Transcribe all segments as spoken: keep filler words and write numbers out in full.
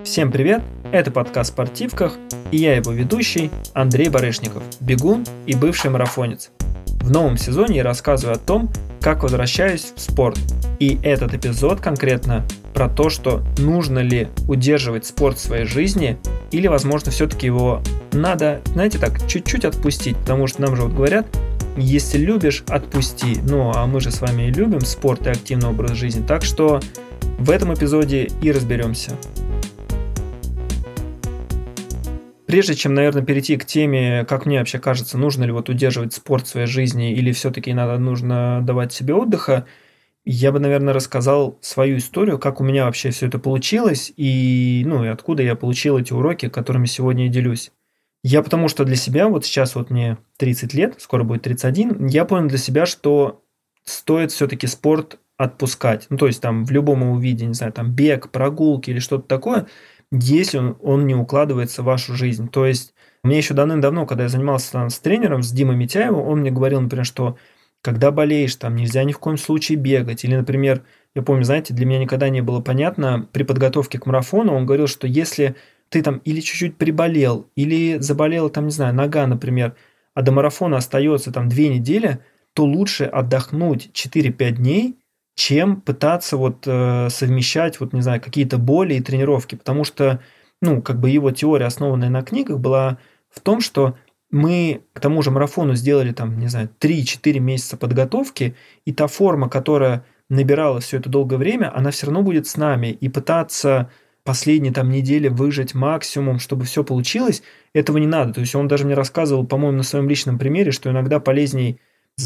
Всем привет! Это подкаст «В спортивках» и я его ведущий Андрей Барышников, бегун и бывший марафонец. В новом сезоне я рассказываю о том, как возвращаюсь в спорт. И этот эпизод конкретно про то, что нужно ли удерживать спорт в своей жизни или, возможно, все-таки его надо, знаете, так, чуть-чуть отпустить, потому что нам же вот говорят, если любишь, отпусти. Ну, а мы же с вами любим спорт и активный образ жизни, так что в этом эпизоде и разберемся. Прежде чем, наверное, перейти к теме, как мне вообще кажется, нужно ли вот удерживать спорт в своей жизни или все-таки надо, нужно давать себе отдыха, я бы, наверное, рассказал свою историю, как у меня вообще все это получилось и, ну, и откуда я получил эти уроки, которыми сегодня и делюсь. Я потому что для себя, вот сейчас вот мне тридцать лет, скоро будет тридцать один, я понял для себя, что стоит все-таки спорт отпускать. Ну, то есть там в любом его виде, не знаю, там бег, прогулки или что-то такое, если он, он не укладывается в вашу жизнь. То есть мне еще давным-давно, когда я занимался там, с тренером, с Димой Митяевым, он мне говорил, например, что когда болеешь, там нельзя ни в коем случае бегать. Или, например, я помню, знаете, для меня никогда не было понятно, при подготовке к марафону он говорил, что если ты там или чуть-чуть приболел, или заболела там, не знаю, нога, например, а до марафона остается там две недели, то лучше отдохнуть четыре-пять дней, чем пытаться вот э, совмещать, вот, не знаю, какие-то боли и тренировки. Потому что, ну, как бы его теория, основанная на книгах, была в том, что мы к тому же марафону сделали там, не знаю, три-четыре месяца подготовки, и та форма, которая набирала все это долгое время, она все равно будет с нами. И пытаться последние там недели выжать максимум, чтобы все получилось, этого не надо. То есть он даже мне рассказывал, по-моему, на своем личном примере, что иногда полезней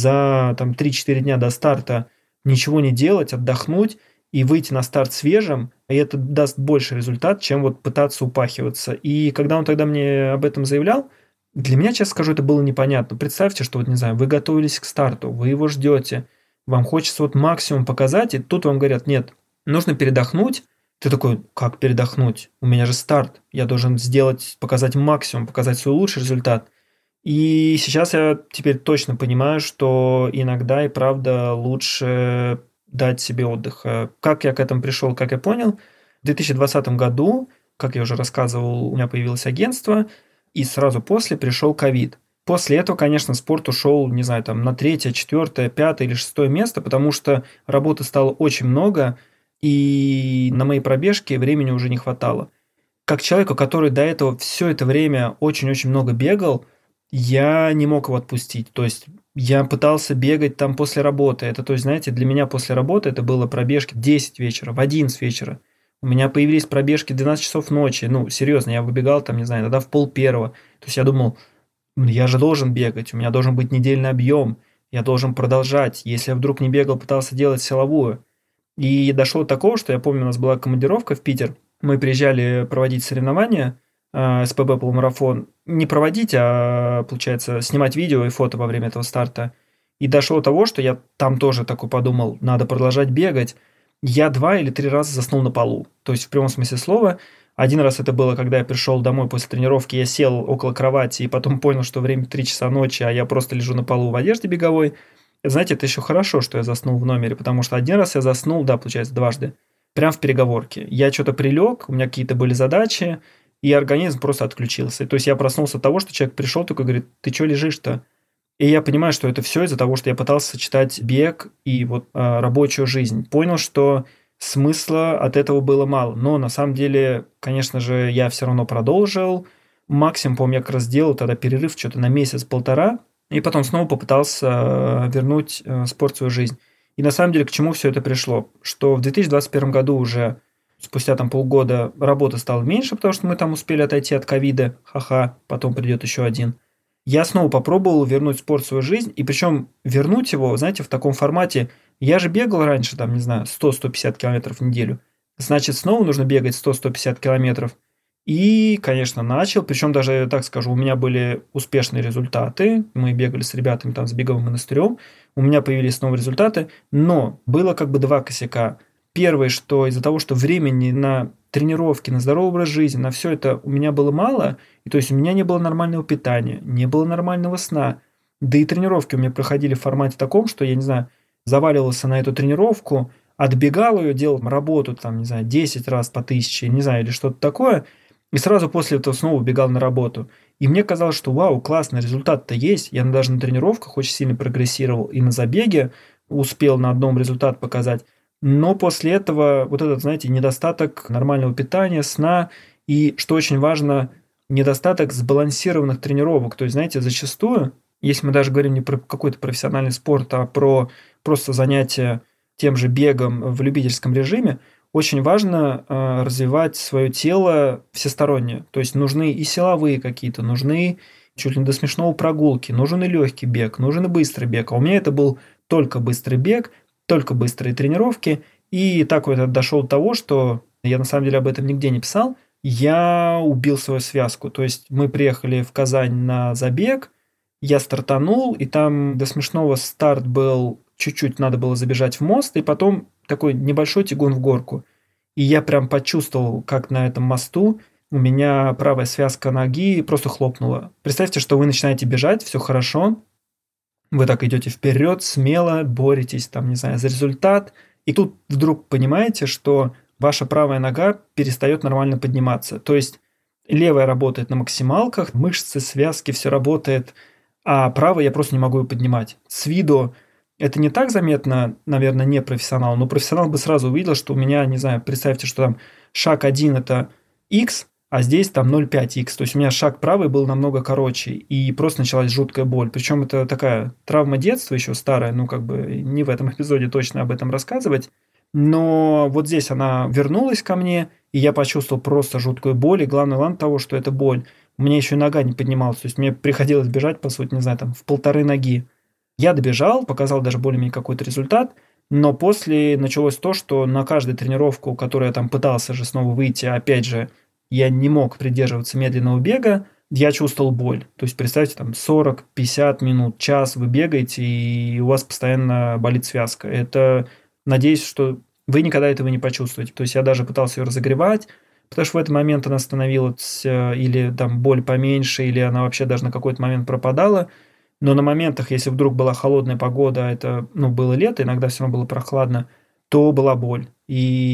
за там три-четыре дня до старта ничего не делать, отдохнуть и выйти на старт свежим, и это даст больше результат, чем вот пытаться упахиваться. И когда он тогда мне об этом заявлял, для меня, честно скажу, это было непонятно. Представьте, что вот, не знаю, вы готовились к старту, вы его ждете, вам хочется вот максимум показать, и тут вам говорят, нет, нужно передохнуть. Ты такой, как передохнуть? У меня же старт, я должен сделать, показать максимум, показать свой лучший результат. И сейчас я теперь точно понимаю, что иногда и правда лучше дать себе отдых. Как я к этому пришел, как я понял, в две тысячи двадцатом году, как я уже рассказывал, у меня появилось агентство, и сразу после пришел ковид. После этого, конечно, спорт ушел, не знаю, там на третье, четвертое, пятое или шестое место, потому что работы стало очень много, и на мои пробежки времени уже не хватало. Как человеку, который до этого все это время очень-очень много бегал, я не мог его отпустить. То есть я пытался бегать там после работы. Это, то есть, знаете, для меня после работы это было пробежки в десять вечера, в одиннадцать вечера. У меня появились пробежки в двенадцать часов ночи. Ну, серьезно, я выбегал там, не знаю, иногда в пол первого. То есть я думал, я же должен бегать, у меня должен быть недельный объем, я должен продолжать. Если я вдруг не бегал, пытался делать силовую. И дошло до такого, что я помню, у нас была командировка в Питер. Мы приезжали проводить соревнования, СПБ полумарафон, не проводить, а, получается, снимать видео и фото во время этого старта. И дошло до того, что я там тоже такой подумал, надо продолжать бегать. Я два или три раза заснул на полу. То есть в прямом смысле слова. Один раз это было, когда я пришел домой после тренировки, я сел около кровати и потом понял, что время три часа ночи, а я просто лежу на полу в одежде беговой. Знаете, это еще хорошо, что я заснул в номере, потому что один раз я заснул, да, получается, дважды, прям в переговорке. Я что-то прилег, у меня какие-то были задачи, и организм просто отключился. То есть я проснулся от того, что человек пришел такой, говорит, ты что лежишь-то? И я понимаю, что это все из-за того, что я пытался сочетать бег и вот а, рабочую жизнь. Понял, что смысла от этого было мало. Но на самом деле, конечно же, я все равно продолжил. Максимум, помню, я как раз сделал тогда перерыв что-то на месяц-полтора, и потом снова попытался вернуть спорт в свою жизнь. И на самом деле, к чему все это пришло? Что в две тысячи двадцать первом году уже спустя там полгода работы стало меньше, потому что мы там успели отойти от ковида, ха-ха, потом придет еще один. Я снова попробовал вернуть спорт в свою жизнь, и причем вернуть его, знаете, в таком формате. Я же бегал раньше, там, не знаю, сто-сто пятьдесят километров в неделю. Значит, снова нужно бегать сто-сто пятьдесят километров. И, конечно, начал, причем даже, так скажу, у меня были успешные результаты. Мы бегали с ребятами там с Беговым монастырем, у меня появились снова результаты, но было как бы два косяка. Первое, что из-за того, что времени на тренировки, на здоровый образ жизни, на все это у меня было мало, и то есть у меня не было нормального питания, не было нормального сна, да и тренировки у меня проходили в формате таком, что, я не знаю, заваливался на эту тренировку, А добегал ее, делал работу, там, не знаю, десять раз по тысяче, не знаю, или что-то такое, и сразу после этого снова убегал на работу. И мне казалось, что вау, классно, результат-то есть. Я даже на тренировках очень сильно прогрессировал, и на забеге успел на одном результат показать. Но после этого вот этот, знаете, недостаток нормального питания, сна и, что очень важно, недостаток сбалансированных тренировок. То есть, знаете, зачастую, если мы даже говорим не про какой-то профессиональный спорт, а про просто занятия тем же бегом в любительском режиме, очень важно э, развивать свое тело всесторонне. То есть нужны и силовые какие-то, нужны чуть ли не до смешного прогулки, нужен и легкий бег, нужен и быстрый бег. А у меня это был только быстрый бег, только быстрые тренировки. И так вот я дошел до того, что я на самом деле об этом нигде не писал, я убил свою связку. То есть мы приехали в Казань на забег, я стартанул, и там до смешного старт был, чуть-чуть надо было забежать в мост, и потом такой небольшой тягун в горку. И я прям почувствовал, как на этом мосту у меня правая связка ноги просто хлопнула. Представьте, что вы начинаете бежать, все хорошо, вы так идете вперед, смело боретесь, там, не знаю, за результат, и тут вдруг понимаете, что ваша правая нога перестает нормально подниматься. То есть левая работает на максималках, мышцы, связки, все работает, а правая я просто не могу ее поднимать. С виду это не так заметно, наверное, не профессионал, но профессионал бы сразу увидел, что у меня, не знаю, представьте, что там шаг один это X, а здесь там ноль целых пять икс. То есть у меня шаг правый был намного короче, и просто началась жуткая боль. Причем это такая травма детства еще старая, ну как бы не в этом эпизоде точно об этом рассказывать. Но вот здесь она вернулась ко мне, и я почувствовал просто жуткую боль. И главный ланд того, что это боль. У меня еще и нога не поднималась. То есть мне приходилось бежать, по сути, не знаю, там в полторы ноги. Я добежал, показал даже более-менее какой-то результат, но после началось то, что на каждую тренировку, которую я там пытался же снова выйти, опять же, я не мог придерживаться медленного бега, я чувствовал боль. То есть представьте, там сорок-пятьдесят минут, час вы бегаете, и у вас постоянно болит связка. Это, надеюсь, что вы никогда этого не почувствуете. То есть я даже пытался ее разогревать, потому что в этот момент она становилась или там боль поменьше, или она вообще даже на какой-то момент пропадала. Но на моментах, если вдруг была холодная погода, это, ну, было лето, иногда все равно было прохладно, то была боль. И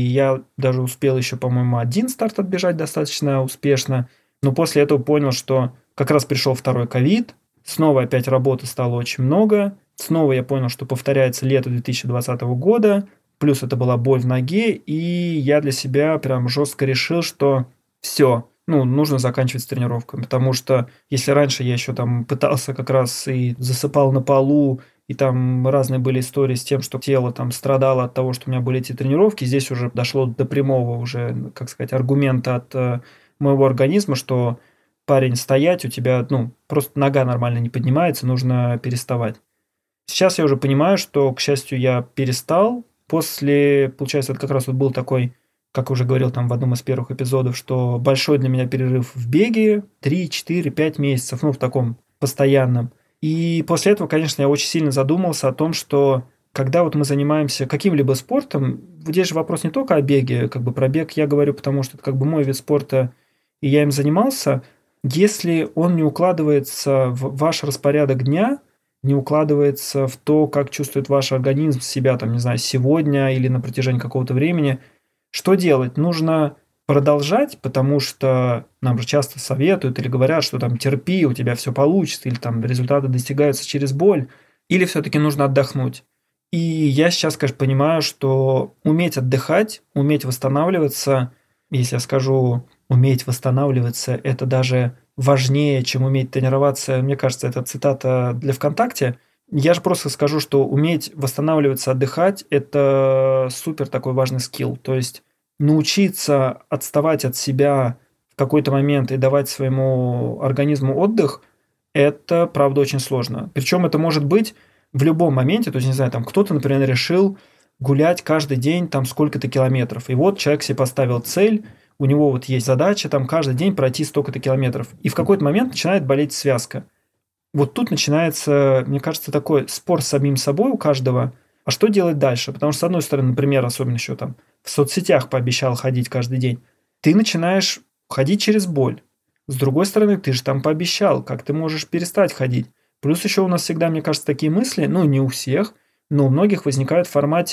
я даже успел еще, по-моему, один старт отбежать достаточно успешно. Но после этого понял, что как раз пришел второй ковид, снова опять работы стало очень много, снова я понял, что повторяется лето две тысячи двадцатого года, плюс это была боль в ноге, и я для себя прям жестко решил, что все, ну, нужно заканчивать с тренировками, потому что если раньше я еще там пытался как раз и засыпал на полу, и там разные были истории с тем, что тело там страдало от того, что у меня были эти тренировки, здесь уже дошло до прямого уже, как сказать, аргумента от э, моего организма, что парень, стоять, у тебя, ну, просто нога нормально не поднимается, нужно переставать. Сейчас я уже понимаю, что, к счастью, я перестал. После, получается, это как раз вот был такой, как уже говорил там в одном из первых эпизодов, что большой для меня перерыв в беге, три, четыре, пять месяцев, ну, в таком постоянном. И после этого, конечно, я очень сильно задумался о том, что когда вот мы занимаемся каким-либо спортом, здесь же вопрос не только о беге, как бы про бег я говорю, потому что это как бы мой вид спорта, и я им занимался, если он не укладывается в ваш распорядок дня, не укладывается в то, как чувствует ваш организм себя, там, не знаю, сегодня или на протяжении какого-то времени, что делать? Нужно продолжать, потому что нам же часто советуют или говорят, что там терпи, у тебя все получится, или там результаты достигаются через боль, или все-таки нужно отдохнуть. И я сейчас, конечно, понимаю, что уметь отдыхать, уметь восстанавливаться, если я скажу уметь восстанавливаться, это даже важнее, чем уметь тренироваться. Мне кажется, это цитата для ВКонтакте. Я же просто скажу, что уметь восстанавливаться, отдыхать – это супер такой важный скилл. То есть научиться отставать от себя в какой-то момент и давать своему организму отдых – это, правда, очень сложно. Причем это может быть в любом моменте. То есть, не знаю, там кто-то, например, решил гулять каждый день там сколько-то километров. И вот человек себе поставил цель, у него вот есть задача там каждый день пройти столько-то километров. И в какой-то момент начинает болеть связка. Вот тут начинается, мне кажется, такой спор с самим собой у каждого. А что делать дальше? Потому что, с одной стороны, например, особенно еще там в соцсетях пообещал ходить каждый день, ты начинаешь ходить через боль. С другой стороны, ты же там пообещал, как ты можешь перестать ходить. Плюс еще у нас всегда, мне кажется, такие мысли, ну, не у всех, но у многих возникают в формате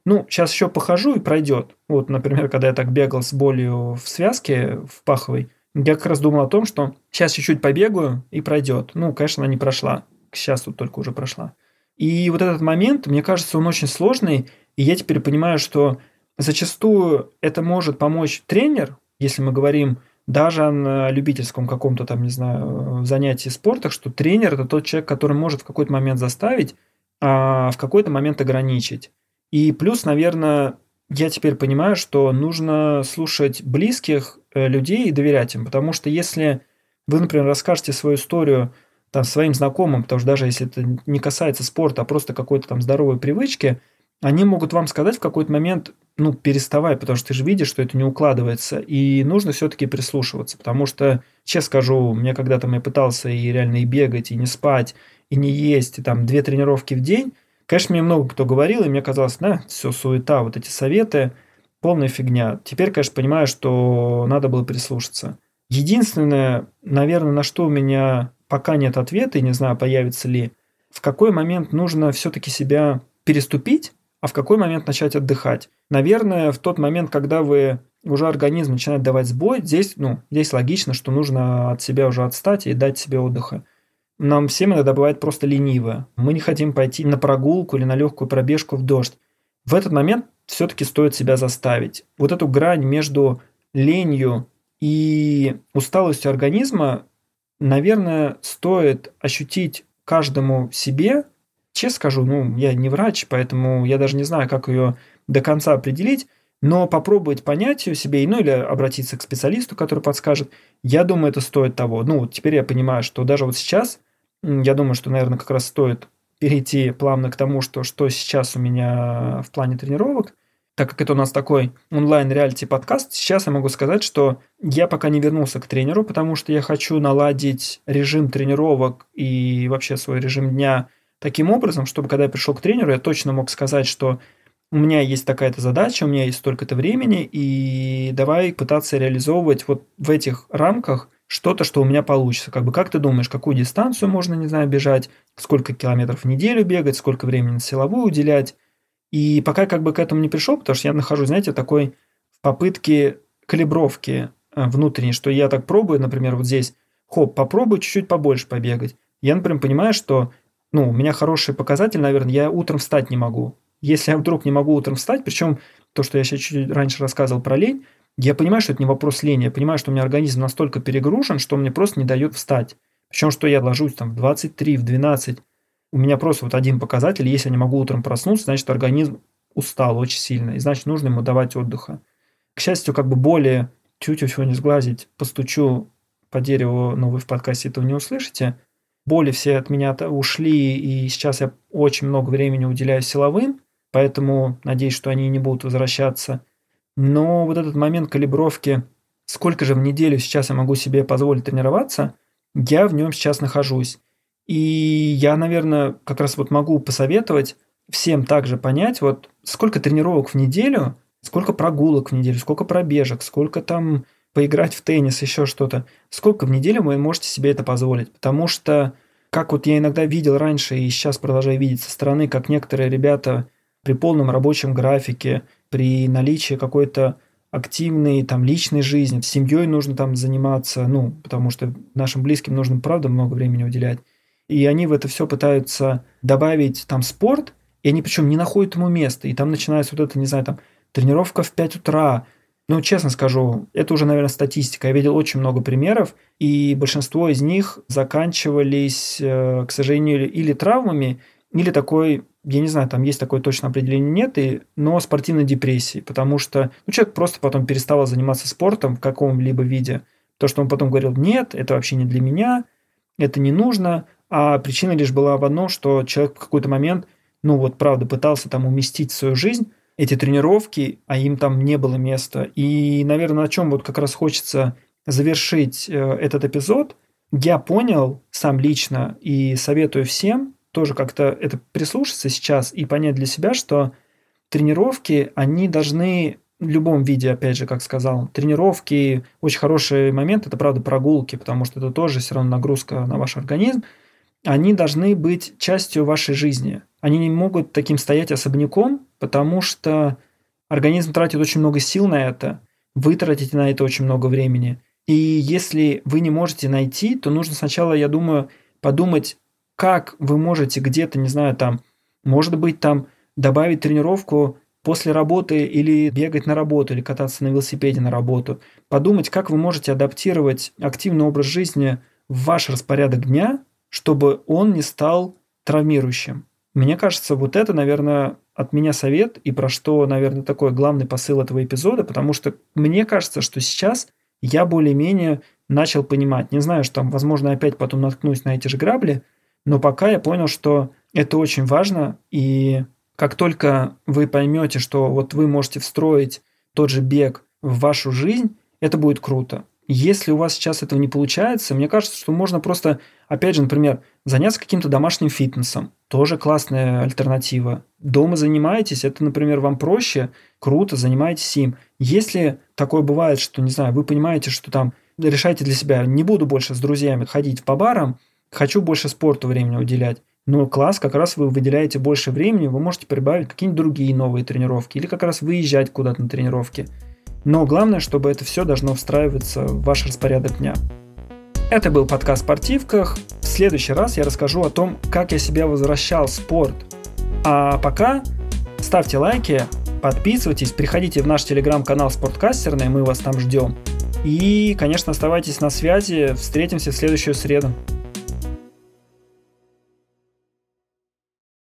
ну, сейчас еще похожу и пройдет. Вот, например, когда я так бегал с болью в связке, в паховой, я как раз думал о том, что сейчас чуть-чуть побегаю и пройдет. Ну, конечно, она не прошла. К счастью, только уже прошла. И вот этот момент, мне кажется, он очень сложный. И я теперь понимаю, что зачастую это может помочь тренер, если мы говорим даже на любительском каком-то там, не знаю, занятии спорта, что тренер – это тот человек, который может в какой-то момент заставить, а в какой-то момент ограничить. И плюс, наверное, я теперь понимаю, что нужно слушать близких э, людей и доверять им, потому что если вы, например, расскажете свою историю там, своим знакомым, потому что даже если это не касается спорта, а просто какой-то там здоровой привычки, они могут вам сказать в какой-то момент, ну, переставай, потому что ты же видишь, что это не укладывается, и нужно все-таки прислушиваться, потому что, честно скажу, мне когда-то я пытался и реально и бегать, и не спать, и не есть, и там две тренировки в день, конечно, мне много кто говорил, и мне казалось, да, все суета, вот эти советы, полная фигня. Теперь, конечно, понимаю, что надо было прислушаться. Единственное, наверное, на что у меня пока нет ответа, и не знаю, появится ли, в какой момент нужно все-таки себя переступить, а в какой момент начать отдыхать. Наверное, в тот момент, когда вы уже организм начинает давать сбой, здесь, ну, здесь логично, что нужно от себя уже отстать и дать себе отдыха. Нам всем иногда бывает просто лениво. Мы не хотим пойти на прогулку или на легкую пробежку в дождь. В этот момент все-таки стоит себя заставить. Вот эту грань между ленью и усталостью организма, наверное, стоит ощутить каждому себе. Честно скажу, ну, я не врач, поэтому я даже не знаю, как ее до конца определить, но попробовать понять ее себе, ну, или обратиться к специалисту, который подскажет, я думаю, это стоит того. Ну, вот теперь я понимаю, что даже вот сейчас, я думаю, что, наверное, как раз стоит перейти плавно к тому, что, что сейчас у меня в плане тренировок, так как это у нас такой онлайн-реалити-подкаст, сейчас я могу сказать, что я пока не вернулся к тренеру, потому что я хочу наладить режим тренировок и вообще свой режим дня таким образом, чтобы когда я пришел к тренеру, я точно мог сказать, что у меня есть такая-то задача, у меня есть столько-то времени, и давай пытаться реализовывать вот в этих рамках что-то, что у меня получится. Как бы как ты думаешь, какую дистанцию можно, не знаю, бежать, сколько километров в неделю бегать, сколько времени на силовую уделять. И пока как бы к этому не пришел, потому что я нахожусь, знаете, такой в попытке калибровки внутренней, что я так пробую, например, вот здесь, хоп, попробую чуть-чуть побольше побегать. Я, например, понимаю, что ну, у меня хороший показатель, наверное, я утром встать не могу. Если я вдруг не могу утром встать, причем то, что я сейчас чуть раньше рассказывал про лень, я понимаю, что это не вопрос лени, я понимаю, что у меня организм настолько перегружен, что мне просто не дает встать. Причем, что я ложусь там в двадцать три, в двенадцать, у меня просто вот один показатель, если я не могу утром проснуться, значит, организм устал очень сильно, и значит, нужно ему давать отдыха. К счастью, как бы более, чуть чуть не сглазить, постучу по дереву, но вы в подкасте этого не услышите, боли все от меня ушли, и сейчас я очень много времени уделяю силовым, поэтому надеюсь, что они не будут возвращаться. Но вот этот момент калибровки, сколько же в неделю сейчас я могу себе позволить тренироваться, я в нем сейчас нахожусь. И я, наверное, как раз вот могу посоветовать всем также понять, вот сколько тренировок в неделю, сколько прогулок в неделю, сколько пробежек, сколько там поиграть в теннис, еще что-то. Сколько в неделю вы можете себе это позволить? Потому что, как вот я иногда видел раньше и сейчас продолжаю видеть со стороны, как некоторые ребята при полном рабочем графике, при наличии какой-то активной там личной жизни, с семьей нужно там заниматься, ну, потому что нашим близким нужно, правда, много времени уделять. И они в это все пытаются добавить там спорт, и они причем не находят ему места. И там начинается вот это, не знаю, там тренировка в пять утра. Ну, честно скажу, это уже, наверное, статистика. Я видел очень много примеров, и большинство из них заканчивались, к сожалению, или травмами, или такой, я не знаю, там есть такое точное определение, нет, и, но спортивной депрессией, потому что ну, человек просто потом перестал заниматься спортом в каком-либо виде. То, что он потом говорил, нет, это вообще не для меня, это не нужно, а причина лишь была в одном, что человек в какой-то момент, ну вот правда, пытался там уместить в свою жизнь эти тренировки, а им там не было места. И, наверное, на чем вот как раз хочется завершить э, этот эпизод, я понял сам лично и советую всем тоже как-то это прислушаться сейчас и понять для себя, что тренировки, они должны в любом виде, опять же, как сказал, тренировки, очень хороший момент, это, правда, прогулки, потому что это тоже все равно нагрузка на ваш организм. они должны быть частью вашей жизни. Они не могут таким стоять особняком, потому что организм тратит очень много сил на это, вы тратите на это очень много времени. И если вы не можете найти, то нужно сначала, я думаю, подумать, как вы можете где-то, не знаю, там, может быть, там добавить тренировку после работы или бегать на работу, или кататься на велосипеде на работу. Подумать, как вы можете адаптировать активный образ жизни в ваш распорядок дня, чтобы он не стал травмирующим. Мне кажется, вот это, наверное, от меня совет, и про что, наверное, такой главный посыл этого эпизода, потому что мне кажется, что сейчас я более-менее начал понимать. Не знаю, что там, возможно, опять потом наткнусь на эти же грабли, но пока я понял, что это очень важно, и как только вы поймете, что вот вы можете встроить тот же бег в вашу жизнь, это будет круто. Если у вас сейчас этого не получается, мне кажется, что можно просто, опять же, например, заняться каким-то домашним фитнесом. Тоже классная альтернатива. Дома занимаетесь, это, например, вам проще, круто, занимаетесь им. Если такое бывает, что, не знаю, вы понимаете, что там решаете для себя, не буду больше с друзьями ходить по барам, хочу больше спорту времени уделять. Ну, класс, как раз вы выделяете больше времени, вы можете прибавить какие-нибудь другие новые тренировки или как раз выезжать куда-то на тренировки. Но главное, чтобы это все должно встраиваться в ваш распорядок дня. Это был подкаст о спортивках. В следующий раз я расскажу о том, как я себя возвращал в спорт. А пока ставьте лайки, подписывайтесь, приходите в наш телеграм-канал «Спорткастерный», мы вас там ждем. И, конечно, оставайтесь на связи, встретимся в следующую среду.